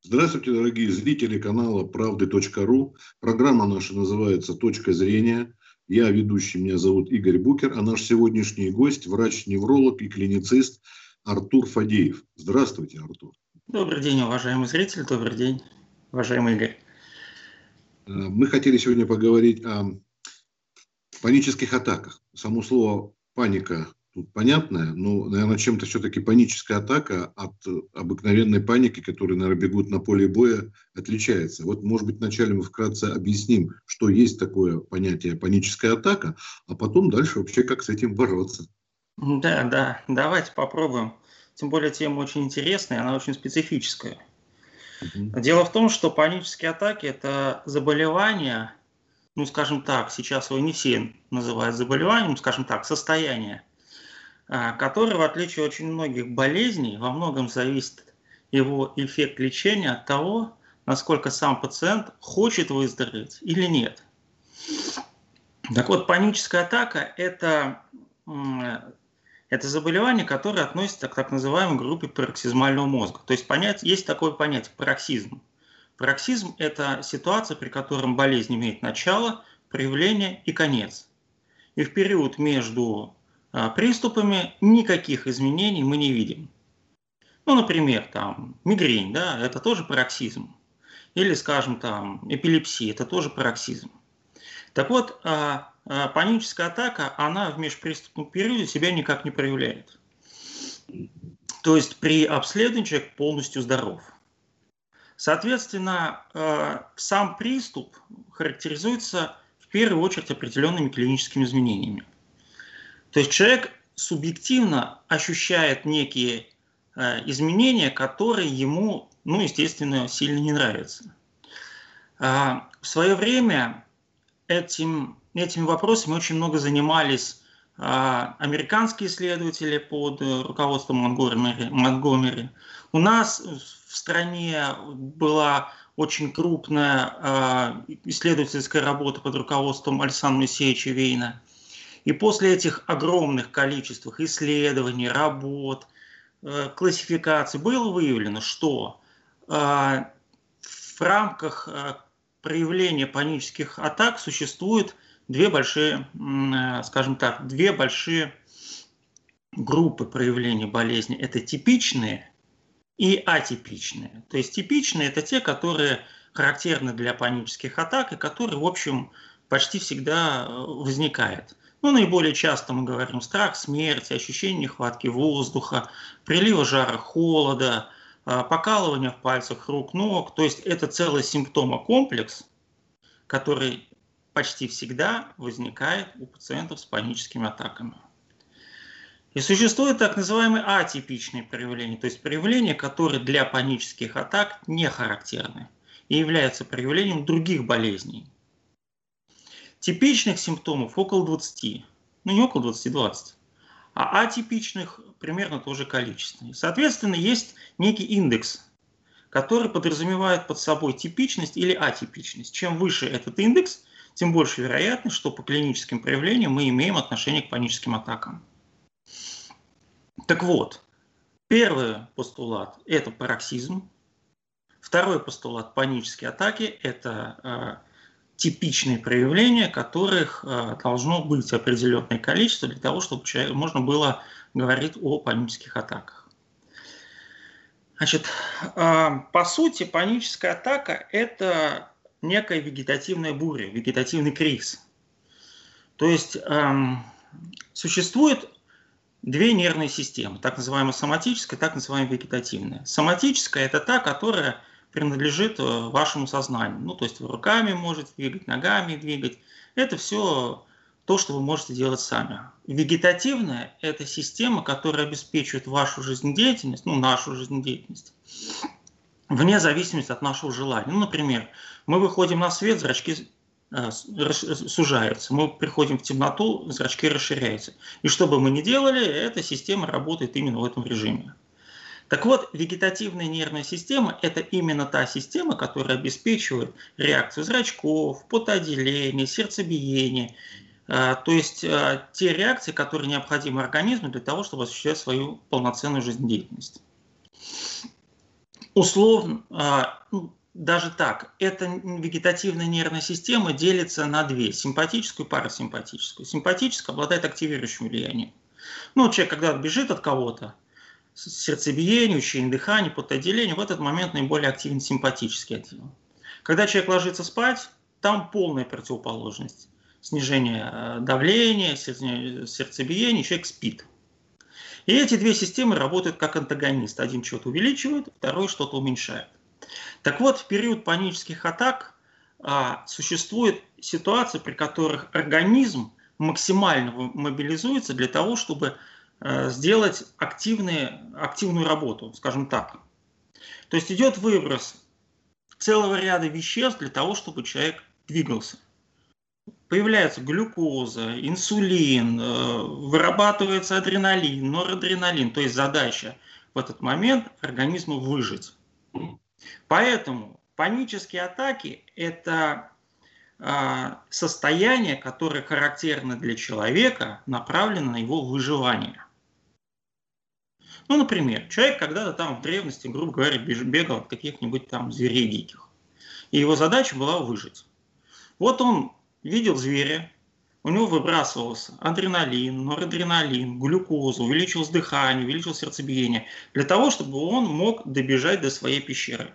Здравствуйте, дорогие зрители канала правды.ру. Программа наша называется «Точка зрения». Я ведущий, меня зовут Игорь Букер, а наш сегодняшний гость – врач-невролог и клиницист Артур Фадеев. Здравствуйте, Артур. Добрый день, уважаемый зритель, добрый день, уважаемый Игорь. Мы хотели сегодня поговорить о панических атаках. Само слово «паника» тут понятное, но, наверное, чем-то все-таки паническая атака от обыкновенной паники, которые, наверное, бегут на поле боя, отличается. Вот, может быть, вначале мы вкратце объясним, что есть такое понятие паническая атака, а потом дальше вообще как с этим бороться. Да, давайте попробуем. Тем более тема очень интересная, она очень специфическая. Дело в том, что панические атаки – это заболевания, ну, скажем так, сейчас его не все называют заболеванием, скажем так, состояние, которое, в отличие от очень многих болезней, во многом зависит его эффект лечения от того, насколько сам пациент хочет выздороветь или нет. Так вот, паническая атака – это заболевание, которое относится к так называемой группе пароксизмального мозга. То есть есть такое понятие – пароксизм. Пароксизм – это ситуация, при которой болезнь имеет начало, проявление и конец. И в период между приступами никаких изменений мы не видим. Ну, например, там, мигрень, да, это тоже пароксизм. Или, скажем, там, эпилепсия – это тоже пароксизм. Так вот, паническая атака, она в межприступном периоде себя никак не проявляет. То есть при обследовании человек полностью здоров. Соответственно, сам приступ характеризуется в первую очередь определенными клиническими изменениями. То есть человек субъективно ощущает некие изменения, которые ему, ну, естественно, сильно не нравятся. В свое время этими вопросами очень много занимались американские исследователи под руководством Монтгомери. У нас в стране была очень крупная исследовательская работа под руководством Александра Моисеевича Вейна. И после этих огромных количеств исследований, работ, классификаций было выявлено, что в рамках проявления панических атак существует две большие, скажем так, две большие группы проявления болезни. Это типичные и атипичные. То есть типичные – это те, которые характерны для панических атак и которые, в общем, почти всегда возникают. Ну, наиболее часто мы говорим страх смерти, ощущение нехватки воздуха, прилива жара, холода, покалывание в пальцах рук, ног. То есть это целый симптомокомплекс, который почти всегда возникает у пациентов с паническими атаками. И существуют так называемые атипичные проявления, то есть проявления, которые для панических атак не характерны и являются проявлением других болезней. Типичных симптомов около 20, ну не около 20, а атипичных примерно то же количество. Соответственно, есть некий индекс, который подразумевает под собой типичность или атипичность. Чем выше этот индекс, тем больше вероятность, что по клиническим проявлениям мы имеем отношение к паническим атакам. Так вот, первый постулат – это пароксизм. Второй постулат – панические атаки – это типичные проявления, которых должно быть определенное количество для того, чтобы можно было говорить о панических атаках. Значит, по сути, паническая атака – это некая вегетативная буря, вегетативный криз. То есть существует две нервные системы, так называемая соматическая, так называемая вегетативная. Соматическая – это та, которая принадлежит вашему сознанию. Ну, то есть вы руками можете двигать, ногами двигать. Это все то, что вы можете делать сами. Вегетативная – это система, которая обеспечивает вашу жизнедеятельность, ну, нашу жизнедеятельность, вне зависимости от нашего желания. Ну, например, мы выходим на свет, зрачки сужаются. Мы приходим в темноту, зрачки расширяются. И что бы мы ни делали, эта система работает именно в этом режиме. Так вот, вегетативная нервная система – это именно та система, которая обеспечивает реакцию зрачков, потоотделение, сердцебиение, то есть те реакции, которые необходимы организму для того, чтобы осуществлять свою полноценную жизнедеятельность. условно, даже так, эта вегетативная нервная система делится на две: симпатическую и парасимпатическую. Симпатическая обладает активирующим влиянием. Ну, человек, когда бежит от кого-то, сердцебиение, учащение дыхания, потоотделение, в этот момент наиболее активен симпатический отдел. Когда человек ложится спать, там полная противоположность. Снижение давления, сердцебиения, человек спит. И эти две системы работают как антагонист. Один что-то увеличивает, второй что-то уменьшает. Так вот, в период панических атак существует ситуация, при которых организм максимально мобилизуется для того, чтобы сделать активную работу, скажем так. То есть идет выброс целого ряда веществ для того, чтобы человек двигался. Появляется глюкоза, инсулин, вырабатывается адреналин, норадреналин. То есть задача в этот момент организма выжить. Поэтому панические атаки – это состояние, которое характерно для человека, направлено на его выживание. Ну, например, человек когда-то там в древности, грубо говоря, бегал от каких-нибудь там зверей диких. И его задача была выжить. Вот он видел зверя, у него выбрасывался адреналин, норадреналин, глюкоза, увеличилось дыхание, увеличилось сердцебиение, для того, чтобы он мог добежать до своей пещеры.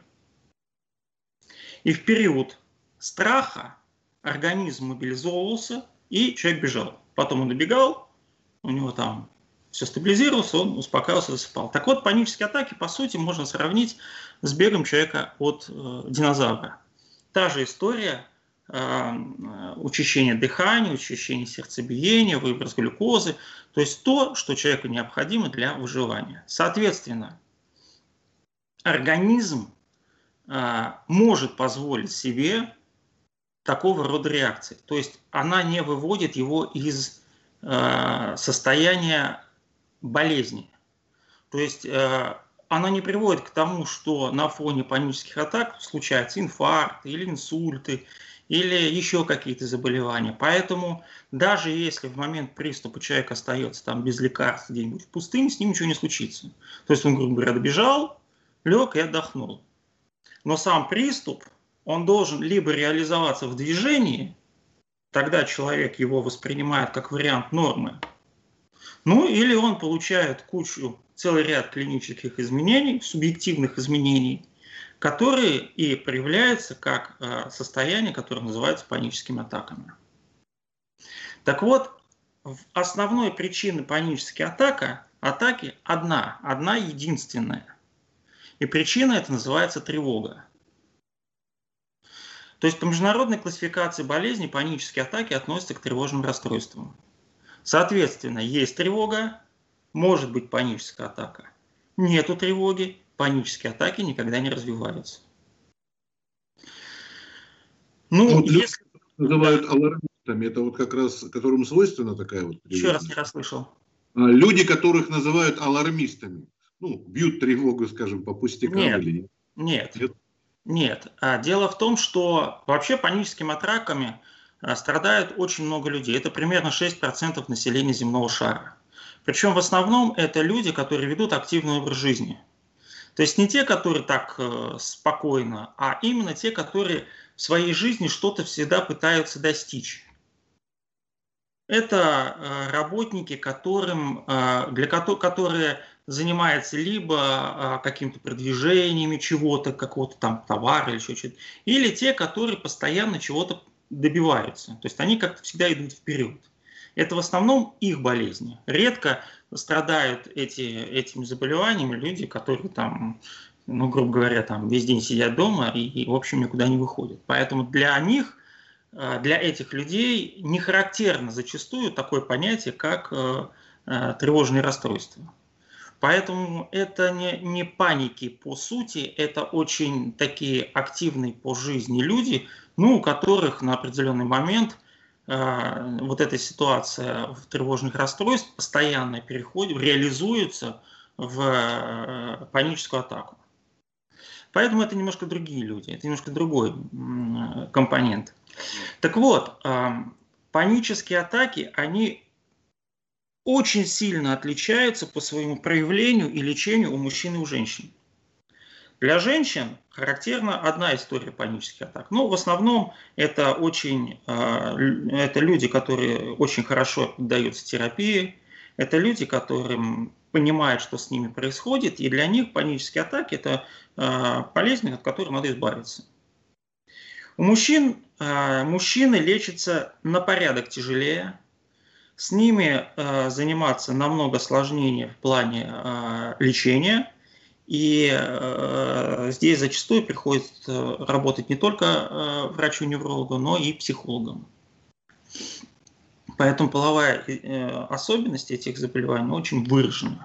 И в период страха организм мобилизовывался, и человек бежал. Потом он добегал, у него там все стабилизировалось, он успокаивался, засыпал. Так вот, панические атаки, по сути, можно сравнить с бегом человека от динозавра. Та же история: учащение дыхания, учащение сердцебиения, выброс глюкозы. То есть то, что человеку необходимо для выживания. Соответственно, организм может позволить себе такого рода реакции. То есть она не выводит его из состояния болезни. То есть она не приводит к тому, что на фоне панических атак случаются инфаркты или инсульты, или еще какие-то заболевания. Поэтому даже если в момент приступа человек остается там без лекарств где-нибудь в пустыне, с ним ничего не случится. То есть он, грубо говоря, добежал, лег и отдохнул. Но сам приступ, он должен либо реализоваться в движении, тогда человек его воспринимает как вариант нормы, ну или он получает целый ряд клинических изменений, субъективных изменений, которые и проявляются как состояние, которое называется паническими атаками. Так вот, основной причиной панической атаки одна единственная. И причина это называется тревога. То есть по международной классификации болезней панические атаки относятся к тревожным расстройствам. Соответственно, есть тревога, может быть паническая атака. Нету тревоги, панические атаки никогда не развиваются. Ну, вот если называют алармистами, это вот как раз, которым свойственна такая вот тревожность. Еще раз не расслышал. Люди, которых называют алармистами, бьют тревогу, скажем, по пустякам или нет? Нет. Дело в том, что вообще паническими атаками страдают очень много людей. Это примерно 6% населения земного шара. Причем в основном это люди, которые ведут активный образ жизни. То есть не те, которые так спокойно, а именно те, которые в своей жизни что-то всегда пытаются достичь. Это работники, которые занимаются либо какими-то продвижениями чего-то, какого-то там товара или еще что-то, или те, которые постоянно чего-то добиваются. То есть они как-то всегда идут вперед. Это в основном их болезни. Редко страдают этими заболеваниями люди, которые там, грубо говоря, там весь день сидят дома и в общем, никуда не выходят. Поэтому для них, для этих людей не характерно зачастую такое понятие, как тревожные расстройства. Поэтому это не паники по сути, это очень такие активные по жизни люди, у которых на определенный момент вот эта ситуация в тревожных расстройств постоянно реализуется в паническую атаку. Поэтому это немножко другие люди, это немножко другой компонент. Так вот, панические атаки, они очень сильно отличаются по своему проявлению и лечению у мужчин и у женщин. Для женщин характерна одна история панических атак. Ну, в основном это люди, которые очень хорошо поддаются терапии, это люди, которым понимают, что с ними происходит, и для них панические атаки – это болезнь, от которой надо избавиться. У мужчин мужчины лечатся на порядок тяжелее, с ними заниматься намного сложнее в плане лечения, и здесь зачастую приходится работать не только врачу-неврологу, но и психологам. Поэтому половая особенность этих заболеваний очень выражена.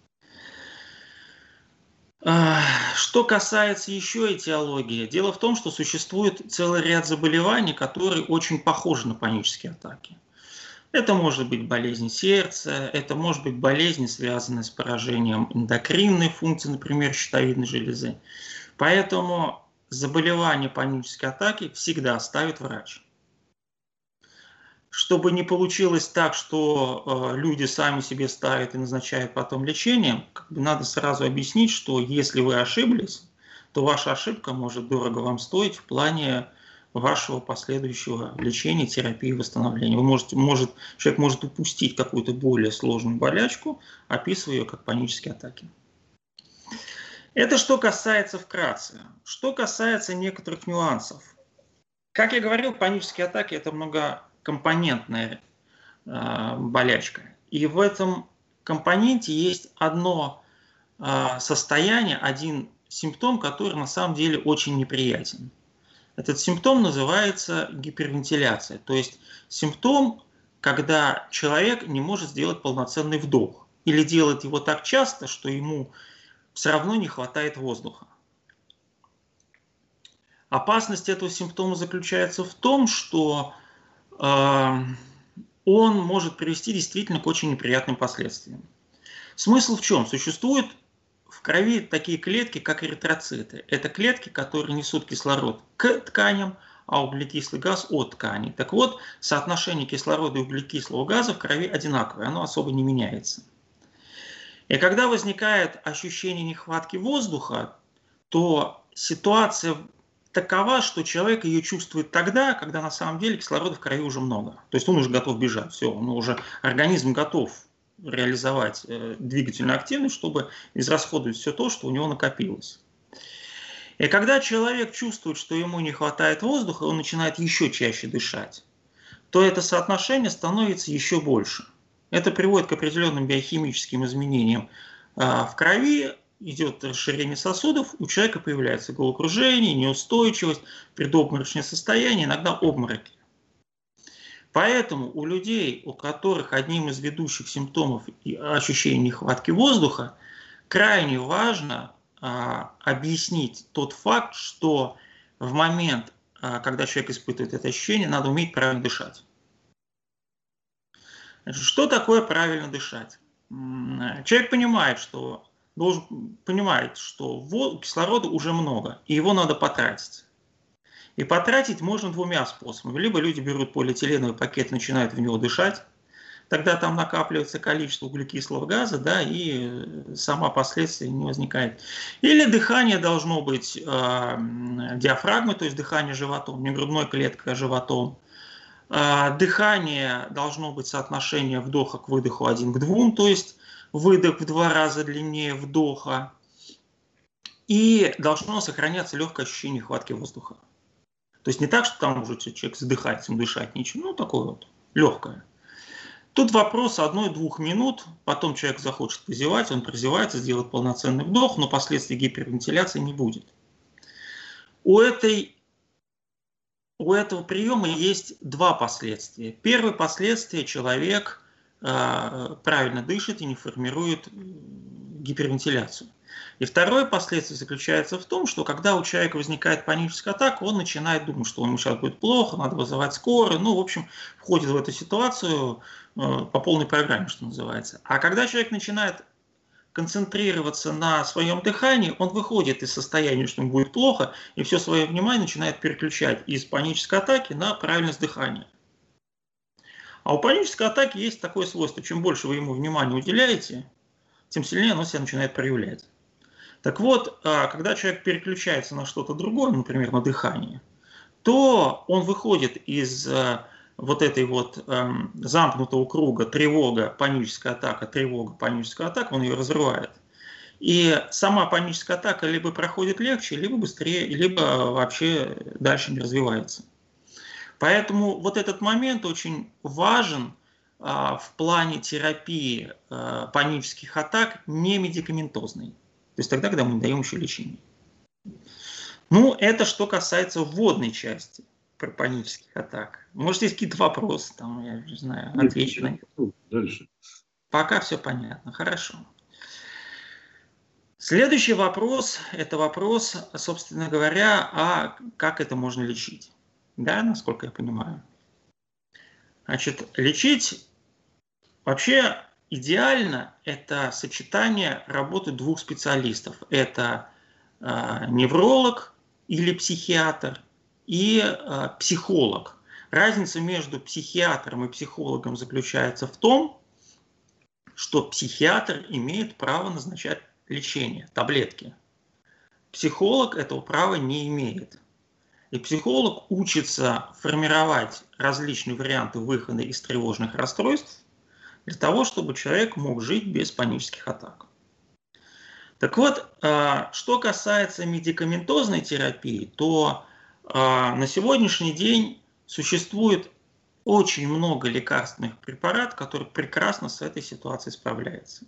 Что касается еще этиологии, дело в том, что существует целый ряд заболеваний, которые очень похожи на панические атаки. Это может быть болезнь сердца, это может быть болезнь, связанная с поражением эндокринной функции, например, щитовидной железы. Поэтому заболевание панической атаки всегда ставит врач. Чтобы не получилось так, что люди сами себе ставят и назначают потом лечение, надо сразу объяснить, что если вы ошиблись, то ваша ошибка может дорого вам стоить в плане вашего последующего лечения, терапии, восстановления. Человек может упустить какую-то более сложную болячку, описывая ее как панические атаки. Это что касается вкратце. Что касается некоторых нюансов. Как я говорил, панические атаки – это многокомпонентная болячка. И в этом компоненте есть одно состояние, один симптом, который на самом деле очень неприятен. Этот симптом называется гипервентиляция. То есть симптом, когда человек не может сделать полноценный вдох. Или делает его так часто, что ему все равно не хватает воздуха. Опасность этого симптома заключается в том, что он может привести действительно к очень неприятным последствиям. Смысл в чем? Существует в крови такие клетки, как эритроциты. Это клетки, которые несут кислород к тканям, а углекислый газ от тканей. Так вот, соотношение кислорода и углекислого газа в крови одинаковое, оно особо не меняется. И когда возникает ощущение нехватки воздуха, то ситуация такова, что человек ее чувствует тогда, когда на самом деле кислорода в крови уже много. То есть он уже готов бежать, все, организм готов реализовать двигательную активность, чтобы израсходовать все то, что у него накопилось. И когда человек чувствует, что ему не хватает воздуха, он начинает еще чаще дышать, то это соотношение становится еще больше. Это приводит к определенным биохимическим изменениям в крови, идет расширение сосудов, у человека появляется головокружение, неустойчивость, предобморочное состояние, иногда обмороки. Поэтому у людей, у которых одним из ведущих симптомов ощущение нехватки воздуха, крайне важно объяснить тот факт, что в момент, когда человек испытывает это ощущение, надо уметь правильно дышать. Значит, что такое правильно дышать? Человек понимает, что кислорода уже много, и его надо потратить. И потратить можно двумя способами. Либо люди берут полиэтиленовый пакет, начинают в него дышать, тогда там накапливается количество углекислого газа, да, и сама последствия не возникает. Или дыхание должно быть диафрагмой, то есть дыхание животом, не грудной клеткой, а животом. Дыхание должно быть соотношение вдоха к выдоху 1 к 2, то есть выдох в 2 раза длиннее вдоха. И должно сохраняться легкое ощущение нехватки воздуха. То есть не так, что там уже человек задыхается, дышать ничего, такое вот легкое. Тут вопрос 1-2 минут, потом человек захочет позевать, он прозевается, сделает полноценный вдох, но последствий гипервентиляции не будет. У этого приема есть 2 последствия. Первое последствие – человек правильно дышит и не формирует гипервентиляцию. И второе последствие заключается в том, что когда у человека возникает паническая атака, он начинает думать, что ему сейчас будет плохо, надо вызывать скорую, в общем, входит в эту ситуацию по полной программе, что называется. А когда человек начинает концентрироваться на своем дыхании, он выходит из состояния, что ему будет плохо, и все свое внимание начинает переключать из панической атаки на правильность дыхания. А у панической атаки есть такое свойство: чем больше вы ему внимания уделяете, тем сильнее оно себя начинает проявлять. Так вот, когда человек переключается на что-то другое, например, на дыхание, то он выходит из вот этой вот замкнутого круга тревога, паническая атака, он ее разрывает. И сама паническая атака либо проходит легче, либо быстрее, либо вообще дальше не развивается. Поэтому вот этот момент очень важен в плане терапии панических атак, не медикаментозной. То есть тогда, когда мы даем еще лечение. Ну, это что касается вводной части про панических атак. Может, есть какие-то вопросы, там, я не знаю, отвечу на них. Дальше. Пока все понятно, хорошо. Следующий вопрос, это вопрос, собственно говоря, а как это можно лечить? Да, насколько я понимаю. Значит, лечить вообще идеально это сочетание работы двух специалистов. Это невролог или психиатр и психолог. Разница между психиатром и психологом заключается в том, что психиатр имеет право назначать лечение, таблетки. Психолог этого права не имеет. И психолог учится формировать различные варианты выхода из тревожных расстройств для того, чтобы человек мог жить без панических атак. Так вот, что касается медикаментозной терапии, то на сегодняшний день существует очень много лекарственных препаратов, которые прекрасно с этой ситуацией справляются.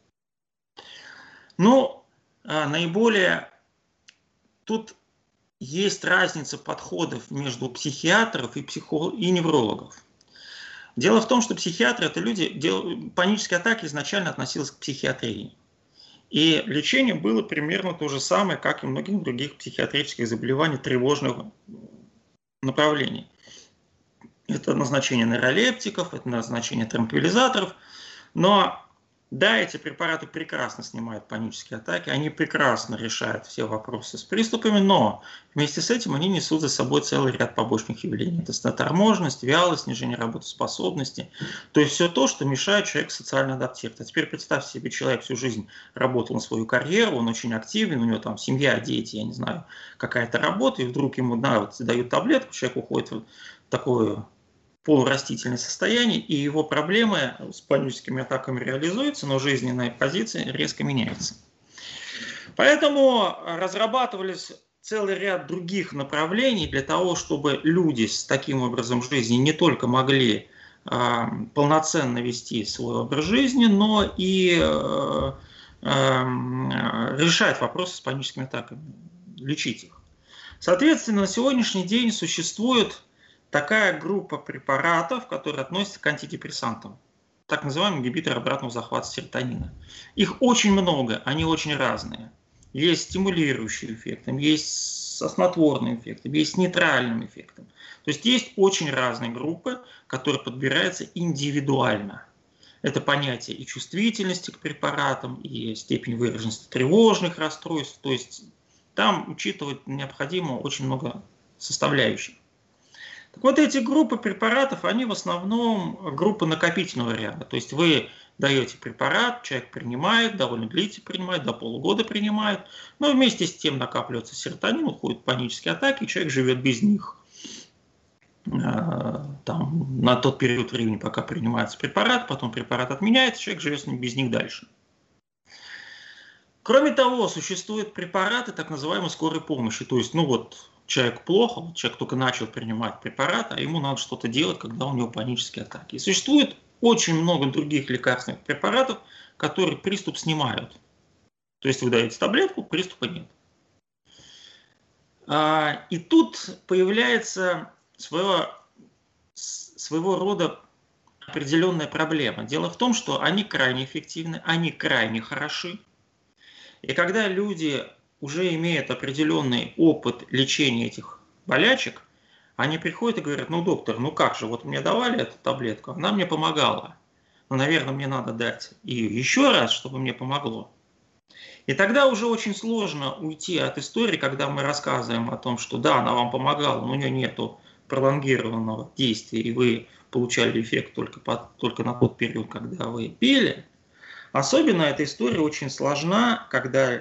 Но наиболее тут есть разница подходов между психиатров и неврологов. Дело в том, что психиатры – это люди, панические атаки изначально относились к психиатрии. И лечение было примерно то же самое, как и многих других психиатрических заболеваний тревожного направления. Это назначение нейролептиков, это назначение транквилизаторов. Но да, эти препараты прекрасно снимают панические атаки, они прекрасно решают все вопросы с приступами, но вместе с этим они несут за собой целый ряд побочных явлений. Это торможность, вялость, снижение работоспособности. То есть все то, что мешает человеку социально адаптироваться. А теперь представьте себе, человек всю жизнь работал на свою карьеру, он очень активен, у него там семья, дети, я не знаю, какая-то работа, и вдруг ему дают таблетку, человек уходит в такое полурастительное состояние, и его проблемы с паническими атаками реализуются, но жизненная позиция резко меняется. Поэтому разрабатывались целый ряд других направлений для того, чтобы люди с таким образом жизни не только могли полноценно вести свой образ жизни, но и решать вопросы с паническими атаками, лечить их. Соответственно, на сегодняшний день существует такая группа препаратов, которые относятся к антидепрессантам, так называемый ингибитор обратного захвата серотонина. Их очень много, они очень разные. Есть стимулирующий эффект, есть со снотворным эффектом, есть с нейтральным эффектом. То есть есть очень разные группы, которые подбираются индивидуально. Это понятие и чувствительности к препаратам, и степень выраженности тревожных расстройств. То есть там учитывать необходимо очень много составляющих. Так вот, эти группы препаратов, они в основном группы накопительного ряда. То есть вы даете препарат, человек принимает, довольно длительно принимает, до полугода принимает, но вместе с тем накапливается серотонин, уходят панические атаки, и человек живет без них там, на тот период времени, пока принимается препарат, потом препарат отменяется, человек живет без них дальше. Кроме того, существуют препараты так называемой скорой помощи, то есть, человеку плохо, человек только начал принимать препарат, а ему надо что-то делать, когда у него панические атаки. И существует очень много других лекарственных препаратов, которые приступ снимают. То есть вы даете таблетку, приступа нет. И тут появляется своего рода определенная проблема. Дело в том, что они крайне эффективны, они крайне хороши. И когда люди уже имеют определенный опыт лечения этих болячек, они приходят и говорят: доктор, как же, вот мне давали эту таблетку, она мне помогала. Наверное, мне надо дать ее еще раз, чтобы мне помогло. И тогда уже очень сложно уйти от истории, когда мы рассказываем о том, что да, она вам помогала, но у нее нету пролонгированного действия, и вы получали эффект только на тот период, когда вы пили. Особенно эта история очень сложна, когда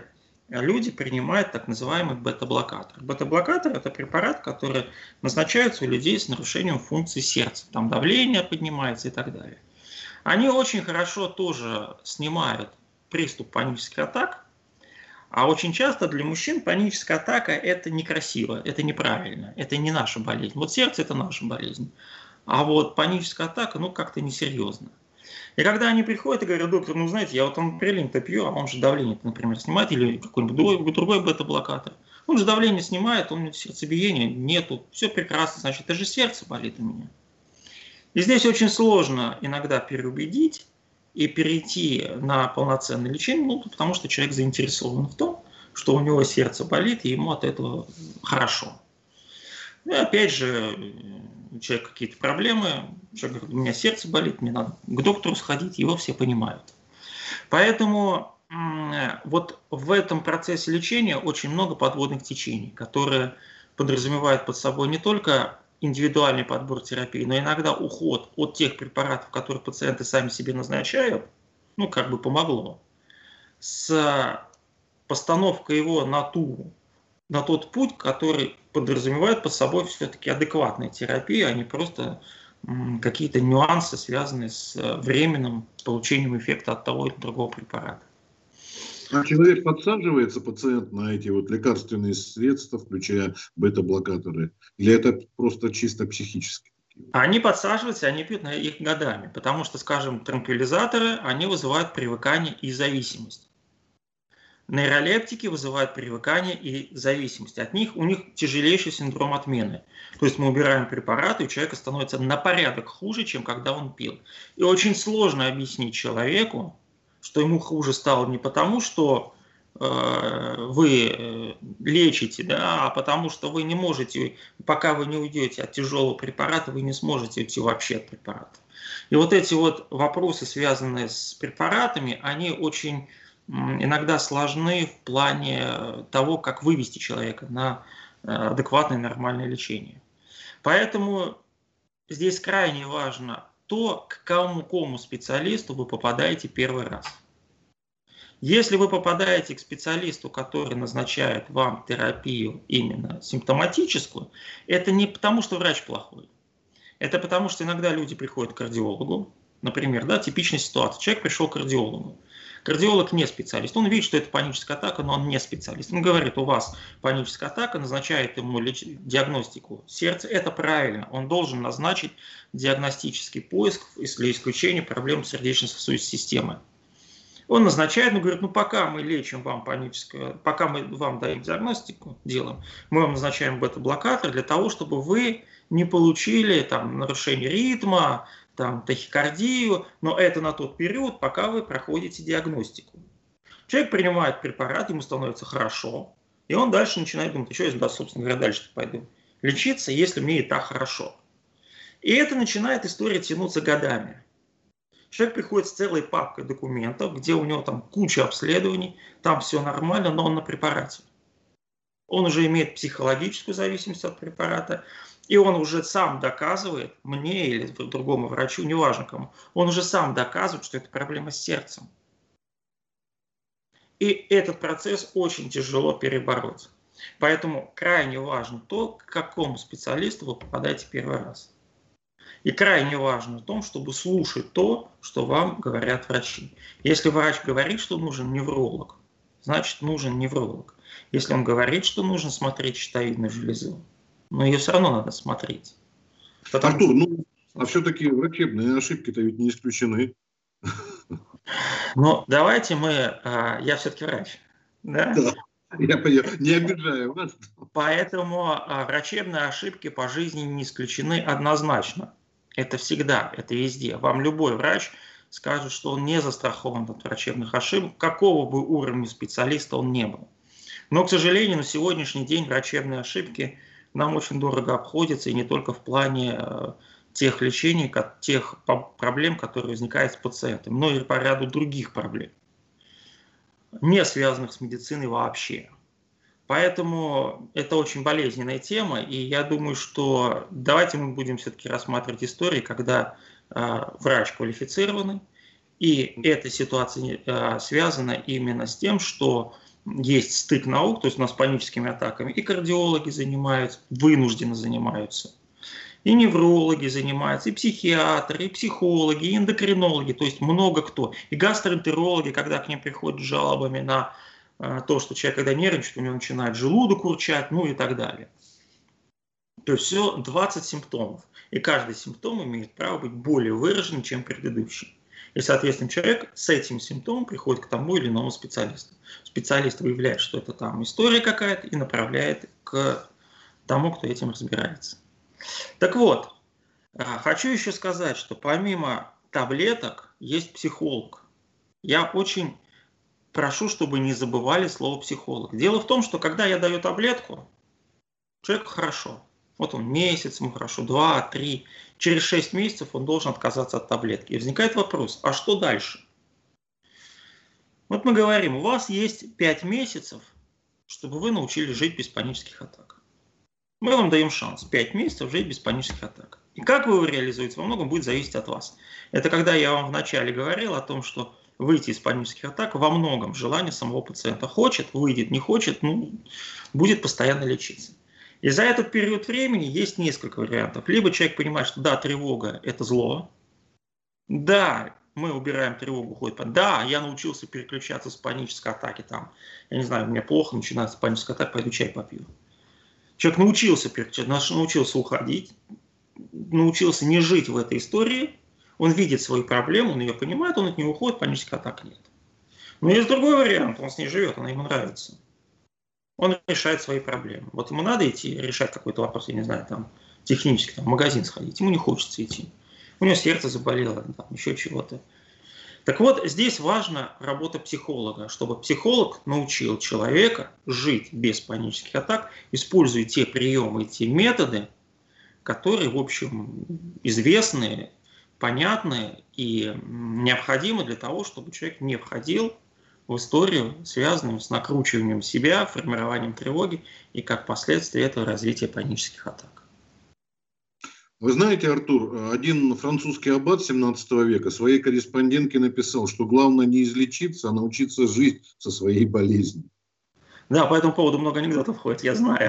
люди принимают так называемый бета-блокатор. Бета-блокатор – это препарат, который назначается у людей с нарушением функции сердца. Там давление поднимается и так далее. Они очень хорошо тоже снимают приступ панических атак, а очень часто для мужчин паническая атака – это некрасиво, это неправильно, это не наша болезнь. Вот сердце – это наша болезнь, а вот паническая атака, ну, как-то несерьезно. И когда они приходят и говорят: доктор, ну, знаете, я вот ампрелин-то пью, а он же давление, например, снимает, или какой-нибудь другой бета-блокатор. Он же давление снимает, он сердцебиения нету, все прекрасно, значит, это же сердце болит у меня. И здесь очень сложно иногда переубедить и перейти на полноценное лечение, ну, потому что человек заинтересован в том, что у него сердце болит, и ему от этого хорошо. И опять же, у человека какие-то проблемы, человек говорит: у меня сердце болит, мне надо к доктору сходить, его все понимают. Поэтому вот в этом процессе лечения очень много подводных течений, которые подразумевают под собой не только индивидуальный подбор терапии, но иногда уход от тех препаратов, которые пациенты сами себе назначают, ну, как бы помогло, с постановкой его на тот путь, который подразумевает под собой все-таки адекватную терапию, а не просто какие-то нюансы, связанные с временным получением эффекта от того или другого препарата. А человек подсаживается, пациент, на эти вот лекарственные средства, включая бета-блокаторы, или это просто чисто психически? Они подсаживаются, они пьют их годами, потому что, скажем, транквилизаторы, они вызывают привыкание и зависимость. Нейролептики вызывают привыкание и зависимость. У них тяжелейший синдром отмены. То есть мы убираем препараты, и у человека становится на порядок хуже, чем когда он пил. И очень сложно объяснить человеку, что ему хуже стало не потому, что вы лечите, да, а потому что вы не можете, пока вы не уйдете от тяжелого препарата, вы не сможете уйти вообще от препарата. И вот эти вот вопросы, связанные с препаратами, они очень иногда сложны в плане того, как вывести человека на адекватное нормальное лечение. Поэтому здесь крайне важно то, к какому специалисту вы попадаете первый раз. Если вы попадаете к специалисту, который назначает вам терапию именно симптоматическую, это не потому, что врач плохой. Это потому, что иногда люди приходят к кардиологу. Например, да, типичная ситуация. Человек пришел к кардиологу. Кардиолог не специалист. Он видит, что это паническая атака, но он не специалист. Он говорит: у вас паническая атака, назначает ему диагностику сердца. Это правильно. Он должен назначить диагностический поиск для исключения проблем сердечно-сосудистой системы. Он назначает, но говорит: ну, пока мы лечим вам паническую, пока мы вам даем диагностику, мы вам назначаем бета-блокатор для того, чтобы вы не получили там нарушение ритма, там, тахикардию, но это на тот период, пока вы проходите диагностику. Человек принимает препарат, ему становится хорошо, и он дальше начинает думать: что я, собственно говоря, дальше пойду лечиться, если мне и так хорошо. И это начинает история тянуться годами. Человек приходит с целой папкой документов, где у него там куча обследований, там все нормально, но он на препарате. Он уже имеет психологическую зависимость от препарата, и он уже сам доказывает, мне или другому врачу, неважно кому, он уже сам доказывает, что это проблема с сердцем. И этот процесс очень тяжело перебороть. Поэтому крайне важно то, к какому специалисту вы попадаете первый раз. И крайне важно в том, чтобы слушать то, что вам говорят врачи. Если врач говорит, что нужен невролог, значит нужен невролог. Если он говорит, что нужно смотреть щитовидную железу, но ее все равно надо смотреть. Артур, а все-таки врачебные ошибки-то ведь не исключены. Ну, давайте я все-таки врач. Да? Да, я понимаю, не обижаю вас. Поэтому врачебные ошибки по жизни не исключены однозначно. Это всегда, это везде. Вам любой врач скажет, что он не застрахован от врачебных ошибок, какого бы уровня специалиста он не был. Но, к сожалению, на сегодняшний день врачебные ошибки нам очень дорого обходятся, и не только в плане тех лечений, тех проблем, которые возникают с пациентом, но и по ряду других проблем, не связанных с медициной вообще. Поэтому это очень болезненная тема, и я думаю, что давайте мы будем все-таки рассматривать истории, когда врач квалифицированный, и эта ситуация связана именно с тем, что есть стык наук, то есть у нас паническими атаками и кардиологи занимаются, вынужденно занимаются, и неврологи занимаются, и психиатры, и психологи, и эндокринологи, то есть много кто. И гастроэнтерологи, когда к ним приходят с жалобами на то, что человек, когда нервничает, у него начинает желудок урчать, ну и так далее. То есть все 20 симптомов. И каждый симптом имеет право быть более выраженным, чем предыдущий. И, соответственно, человек с этим симптомом приходит к тому или иному специалисту. Специалист выявляет, что это там история какая-то, и направляет к тому, кто этим разбирается. Так вот, хочу еще сказать, что помимо таблеток есть психолог. Я очень прошу, чтобы не забывали слово психолог. Дело в том, что когда я даю таблетку, человеку хорошо. Вот он месяц, ему хорошо, 2, 3. Через 6 месяцев он должен отказаться от таблетки. И возникает вопрос, а что дальше? Вот мы говорим, у вас есть 5 месяцев, чтобы вы научились жить без панических атак. Мы вам даем шанс 5 месяцев жить без панических атак. И как вы его реализуете, во многом будет зависеть от вас. Это когда я вам вначале говорил о том, что выйти из панических атак во многом желание самого пациента. Хочет, выйдет, не хочет, будет постоянно лечиться. И за этот период времени есть несколько вариантов. Либо человек понимает, что да, тревога – это зло. Да, мы убираем тревогу, уходит. Да, я научился переключаться с панической атаки. Там, я не знаю, у меня плохо, начинается паническая атака, пойду чай попью. Человек научился переключаться, научился уходить, научился не жить в этой истории. Он видит свою проблему, он ее понимает, он от нее уходит, панической атаки нет. Но есть другой вариант, он с ней живет, она ему нравится. Он решает свои проблемы. Вот ему надо идти решать какой-то вопрос, я не знаю, там, технически, там, в магазин сходить, ему не хочется идти. У него сердце заболело, там, еще чего-то. Так вот, здесь важна работа психолога, чтобы психолог научил человека жить без панических атак, используя те приемы и те методы, которые, в общем, известны, понятны и необходимы для того, чтобы человек не входил в историю, связанную с накручиванием себя, формированием тревоги и как последствие этого развития панических атак. Вы знаете, Артур, один французский аббат 17 века своей корреспондентке написал, что главное не излечиться, а научиться жить со своей болезнью. Да, по этому поводу много анекдотов ходит, я знаю.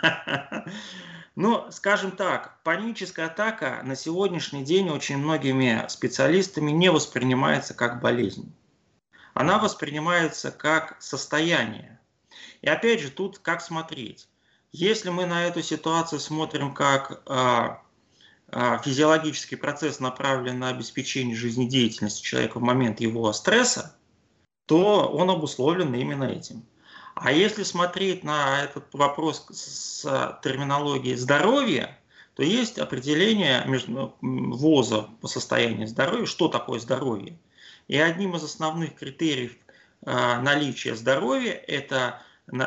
Но, скажем так, паническая атака на сегодняшний день очень многими специалистами не воспринимается как болезнь. Она воспринимается как состояние. И опять же, тут как смотреть. Если мы на эту ситуацию смотрим как физиологический процесс, направленный на обеспечение жизнедеятельности человека в момент его стресса, то он обусловлен именно этим. А если смотреть на этот вопрос с терминологией здоровья, то есть определение ВОЗа по состоянию здоровья, что такое здоровье. И одним из основных критериев наличия здоровья это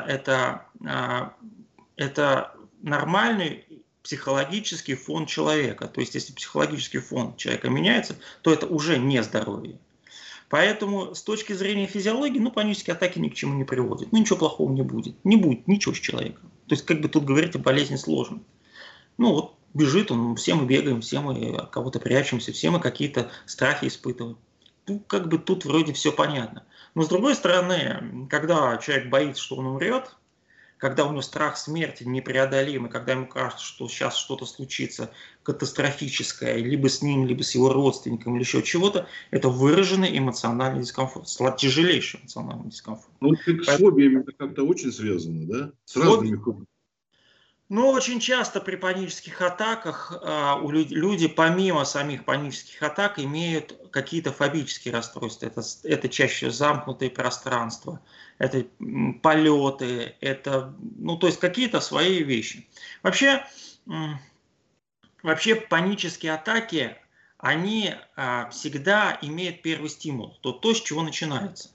нормальный психологический фон человека. То есть, если психологический фон человека меняется, то это уже не здоровье. Поэтому с точки зрения физиологии, панические атаки ни к чему не приводят. Ничего плохого не будет. Не будет ничего с человеком. То есть, как бы тут говорить о болезни сложно. Бежит он, все мы бегаем, все мы от кого-то прячемся, все мы какие-то страхи испытываем. Тут вроде все понятно. Но с другой стороны, когда человек боится, что он умрет, когда у него страх смерти непреодолимый, когда ему кажется, что сейчас что-то случится катастрофическое, либо с ним, либо с его родственником, или еще чего-то, это выраженный эмоциональный дискомфорт, тяжелейший эмоциональный дискомфорт. С фобиями это как-то очень связано, да? С разными фобиями. Очень часто при панических атаках люди, помимо самих панических атак, имеют какие-то фобические расстройства. Это чаще замкнутые пространства, это полеты, это, то есть какие-то свои вещи. Вообще панические атаки, они всегда имеют первый стимул, то, с чего начинается.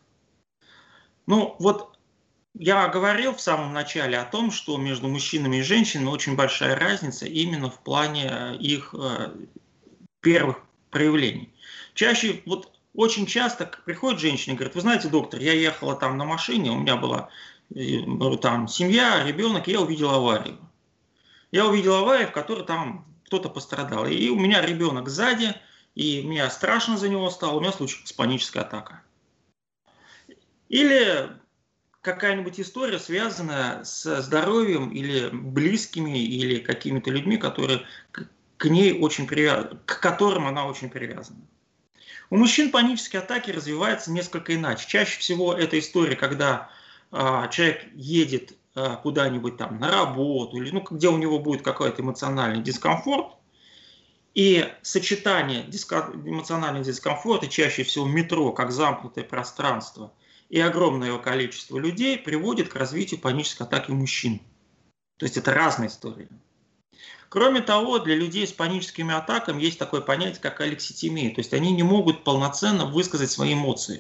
Я говорил в самом начале о том, что между мужчинами и женщинами очень большая разница именно в плане их первых проявлений. Очень часто приходит женщина и говорит: вы знаете, доктор, я ехала там на машине, у меня была там семья, ребенок, и я увидела аварию. В которой там кто-то пострадал. И у меня ребенок сзади, и мне страшно за него стало, у меня случилась паническая атака. Или какая-нибудь история, связанная с здоровьем или близкими, или какими-то людьми, которые к ней очень к которым она очень привязана. У мужчин панические атаки развиваются несколько иначе. Чаще всего это история, когда человек едет куда-нибудь там на работу, или где у него будет какой-то эмоциональный дискомфорт, и сочетание эмоционального дискомфорта, чаще всего метро, как замкнутое пространство, и огромное количество людей приводит к развитию панической атаки у мужчин. То есть это разные истории. Кроме того, для людей с паническими атаками есть такое понятие, как алекситимия. То есть они не могут полноценно высказать свои эмоции.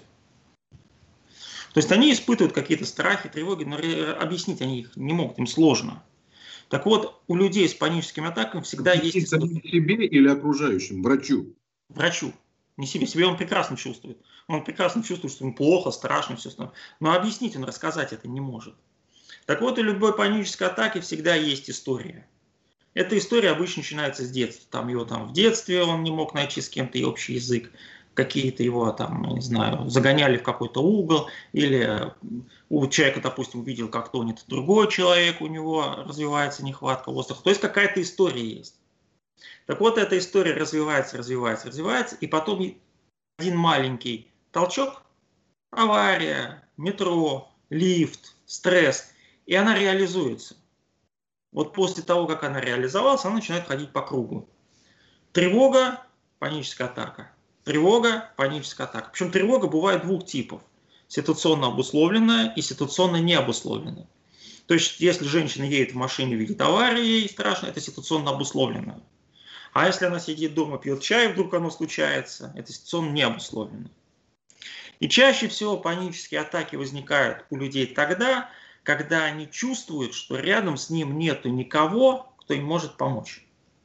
То есть они испытывают какие-то страхи, тревоги, но объяснить они их не могут, им сложно. Так вот, у людей с паническими атаками всегда есть история. Себе или окружающим, врачу? Врачу. Не себе. Себе он прекрасно чувствует. Он прекрасно чувствует, что ему плохо, страшно, все остальное. Но объяснить он, рассказать это не может. Так вот, у любой панической атаки всегда есть история. Эта история обычно начинается с детства. В детстве он не мог найти с кем-то общий язык. Какие-то его не знаю, загоняли в какой-то угол, или у человека, допустим, увидел, как тонет другой человек, у него развивается нехватка воздуха. То есть какая-то история есть. Так вот, эта история развивается, и потом один маленький толчок, авария, метро, лифт, стресс, и она реализуется. Вот после того, как она реализовалась, она начинает ходить по кругу. Тревога, паническая атака. Тревога, паническая атака. Причем тревога бывает двух типов. Ситуационно обусловленная и ситуационно необусловленная. То есть, если женщина едет в машине, видит аварию, ей страшно, это ситуационно обусловленная. А если она сидит дома, пьет чай, вдруг оно случается, это ситуационно необусловленно. И чаще всего панические атаки возникают у людей тогда, когда они чувствуют, что рядом с ним нету никого, кто им может помочь.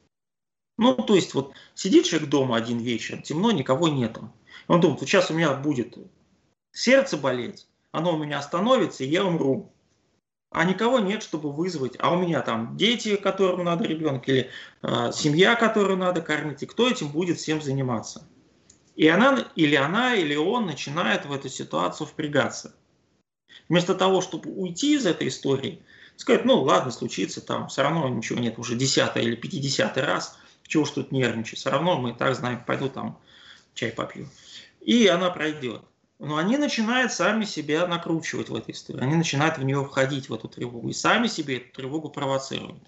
То есть, сидит человек дома один вечер, темно, никого нету. Он думает, сейчас у меня будет сердце болеть, оно у меня остановится, и я умру. А никого нет, чтобы вызвать. А у меня там дети, которым надо ребенка, или семья, которую надо кормить. И кто этим будет всем заниматься? И или он начинает в эту ситуацию впрягаться. Вместо того, чтобы уйти из этой истории, сказать, ладно, случится, все равно ничего нет, уже 10-й или 50-й раз, чего ж тут нервничать, все равно мы и так знаем, пойду чай попью. И она пройдет. Но они начинают сами себя накручивать в этой истории, они начинают в нее входить, в эту тревогу, и сами себе эту тревогу провоцируют.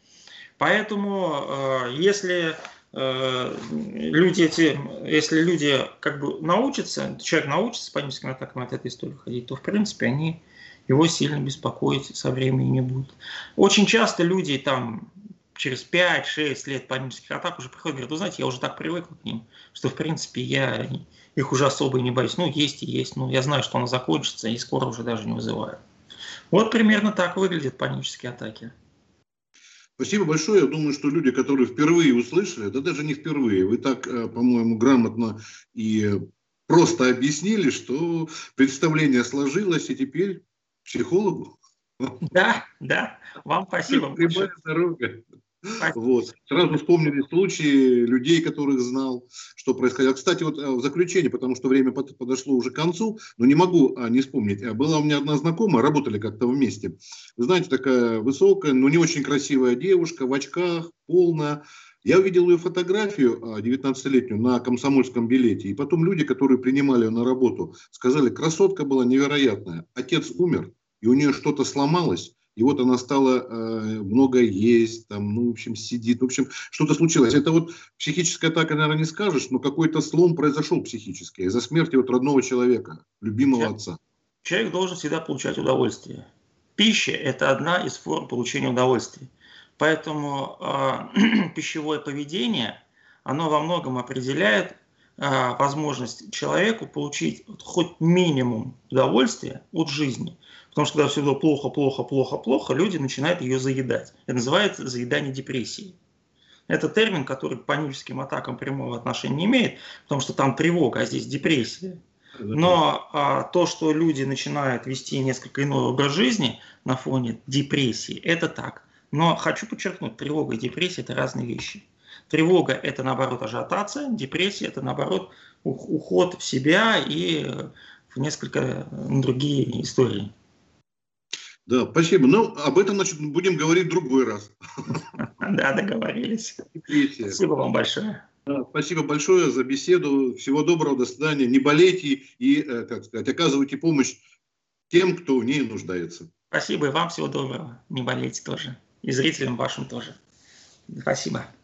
Поэтому, если люди научатся, человек научится с паническими атаками от этой истории ходить, то в принципе они его сильно беспокоить со временем не будут. Очень часто люди через 5-6 лет панических атак уже приходят и говорят, вы знаете, я уже так привык к ним, что в принципе я их уже особо и не боюсь. Есть и есть, я знаю, что оно закончится, и скоро уже даже не вызываю. Вот примерно так выглядят панические атаки. Спасибо большое. Я думаю, что люди, которые впервые услышали, да даже не впервые, вы так, по-моему, грамотно и просто объяснили, что представление сложилось, и теперь психологу. Да, вам спасибо большое. Прямая дорога. Сразу вспомнили случаи людей, которых знал, что происходило. Кстати, в заключение, потому что время подошло уже к концу, но не могу не вспомнить. Была у меня одна знакомая, работали как-то вместе. Вы знаете, такая высокая, но не очень красивая девушка, в очках, полная. Я увидел ее фотографию 19-летнюю на комсомольском билете. И потом люди, которые принимали ее на работу, сказали, красотка была невероятная. Отец умер, и у нее что-то сломалось. И вот она стала много есть, в общем, сидит, в общем, что-то случилось. Это психическая атака, наверное, не скажешь, но какой-то слом произошел психический из-за смерти родного человека, любимого отца. Человек должен всегда получать удовольствие. Пища – это одна из форм получения удовольствия. Поэтому пищевое поведение, оно во многом определяет возможность человеку получить хоть минимум удовольствия от жизни. Потому что когда все было плохо, люди начинают ее заедать. Это называется заедание депрессии. Это термин, который к паническим атакам прямого отношения не имеет, потому что там тревога, а здесь депрессия. Но то, что люди начинают вести несколько иной образ жизни на фоне депрессии, это так. Но хочу подчеркнуть, тревога и депрессия – это разные вещи. Тревога – это, наоборот, ажиотация, депрессия – это, наоборот, уход в себя и в несколько другие истории. Да, спасибо. Ну, об этом, значит, будем говорить в другой раз. Да, договорились. Спасибо вам большое. Да, спасибо большое за беседу. Всего доброго, до свидания. Не болейте и, как сказать, оказывайте помощь тем, кто в ней нуждается. Спасибо и вам всего доброго. Не болейте тоже. И зрителям вашим тоже. Спасибо.